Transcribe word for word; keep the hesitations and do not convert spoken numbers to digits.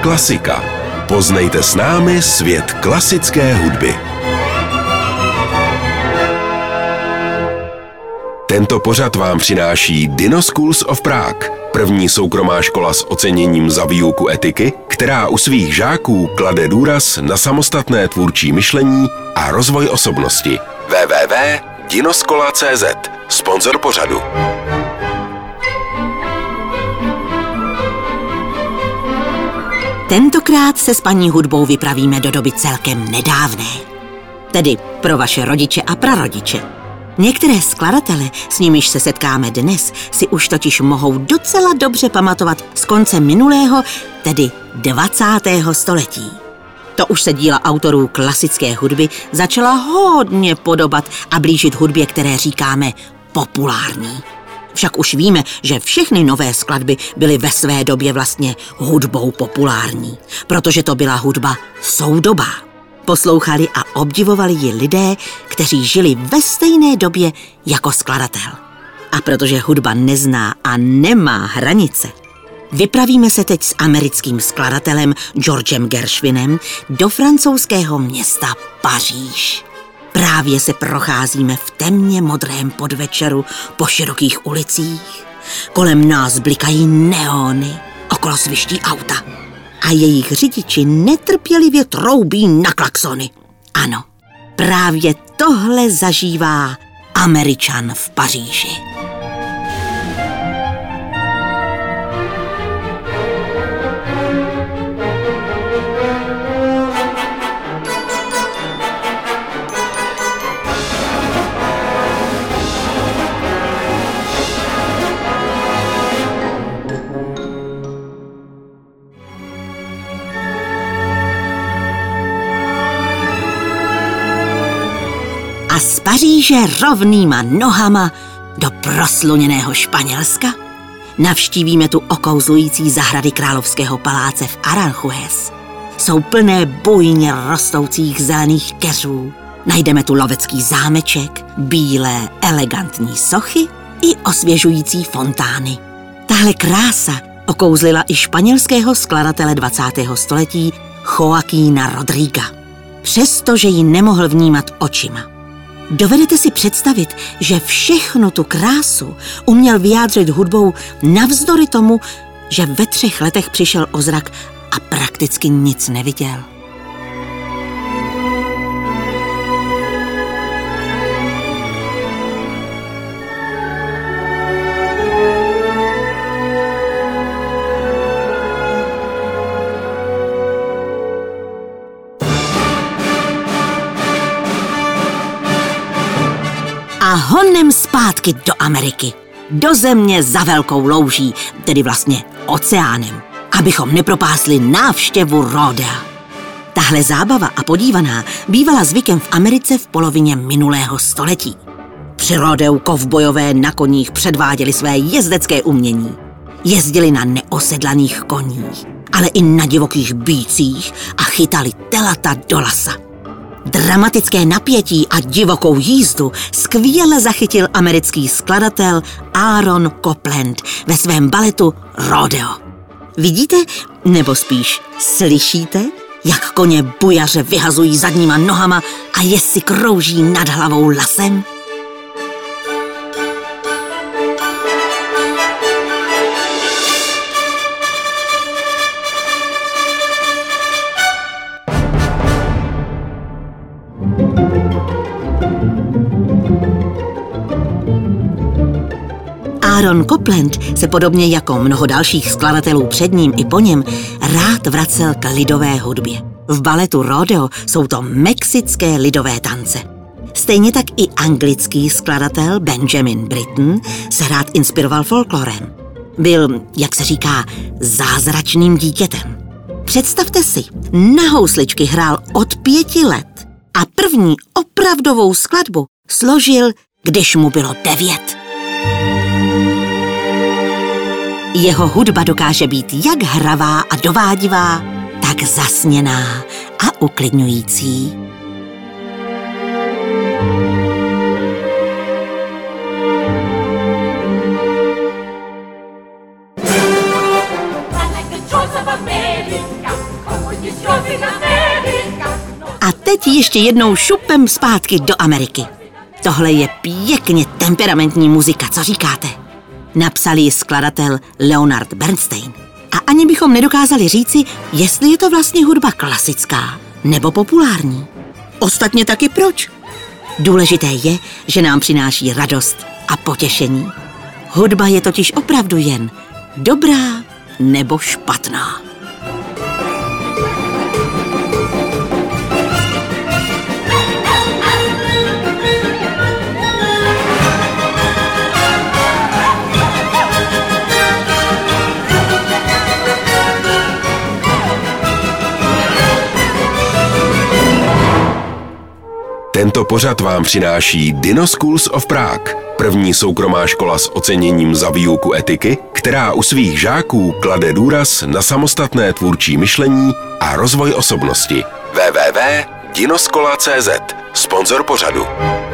Klasika. Poznejte s námi svět klasické hudby. Tento pořad vám přináší Dino Schools of Prague, první soukromá škola s oceněním za výuku etiky, která u svých žáků klade důraz na samostatné tvůrčí myšlení a rozvoj osobnosti. w w w tečka dinoskola tečka c z, sponzor pořadu. Tentokrát se s paní hudbou vypravíme do doby celkem nedávné. Tedy pro vaše rodiče a prarodiče. Některé skladatele, s nimiž se setkáme dnes, si už totiž mohou docela dobře pamatovat z konce minulého, tedy dvacátého století. To už se díla autorů klasické hudby začala hodně podobat a blížit hudbě, které říkáme populární. Však už víme, že všechny nové skladby byly ve své době vlastně hudbou populární, protože to byla hudba soudobá. Poslouchali a obdivovali ji lidé, kteří žili ve stejné době jako skladatel. A protože hudba nezná a nemá hranice, vypravíme se teď s americkým skladatelem Georgem Gershwinem do francouzského města Paříž. Právě se procházíme v temně modrém podvečeru po širokých ulicích. Kolem nás blikají neony, okolo sviští auta. A jejich řidiči netrpělivě troubí na klaxony. Ano, právě tohle zažívá Američan v Paříži. A z Paříže rovnýma nohama do prosluněného Španělska navštívíme tu okouzlující zahrady královského paláce v Aranjuez. Jsou plné bujně rostoucích zelených keřů. Najdeme tu lovecký zámeček, bílé, elegantní sochy i osvěžující fontány. Tahle krása okouzlila i španělského skladatele dvacátého století Joaquína Rodriga. Přestože ji nemohl vnímat očima. Dovedete si představit, že všechnu tu krásu uměl vyjádřit hudbou navzdory tomu, že ve třech letech přišel o zrak a prakticky nic neviděl. A honem zpátky do Ameriky, do země za velkou louží, tedy vlastně oceánem, abychom nepropásli návštěvu rodea. Tahle zábava a podívaná bývala zvykem v Americe v polovině minulého století. Při rodeu kovbojové na koních předváděli své jezdecké umění. Jezdili na neosedlaných koních, ale i na divokých býcích a chytali telata do lasa. Dramatické napětí a divokou jízdu skvěle zachytil americký skladatel Aaron Copland ve svém baletu Rodeo. Vidíte, nebo spíš slyšíte, jak koně bujaře vyhazují zadníma nohama a jezdci krouží nad hlavou lasem? Aaron Copland se podobně jako mnoho dalších skladatelů před ním i po něm rád vracel k lidové hudbě. V baletu Rodeo jsou to mexické lidové tance. Stejně tak i anglický skladatel Benjamin Britten se rád inspiroval folklorem. Byl, jak se říká, zázračným dítětem. Představte si, na housličky hrál od pěti let a první opravdovou skladbu složil, když mu bylo devět. Jeho hudba dokáže být jak hravá a dovádivá, tak zasněná a uklidňující. I like the choice of America. A teď ještě jednou šupem zpátky do Ameriky. Tohle je pěkně temperamentní muzika, co říkáte? Napsal ji skladatel Leonard Bernstein. A ani bychom nedokázali říci, jestli je to vlastně hudba klasická nebo populární. Ostatně taky proč? Důležité je, že nám přináší radost a potěšení. Hudba je totiž opravdu jen dobrá nebo špatná. Tento pořad vám přináší Dino Schools of Prague, první soukromá škola s oceněním za výuku etiky, která u svých žáků klade důraz na samostatné tvůrčí myšlení a rozvoj osobnosti. w w w tečka dinoskola tečka cz, sponzor pořadu.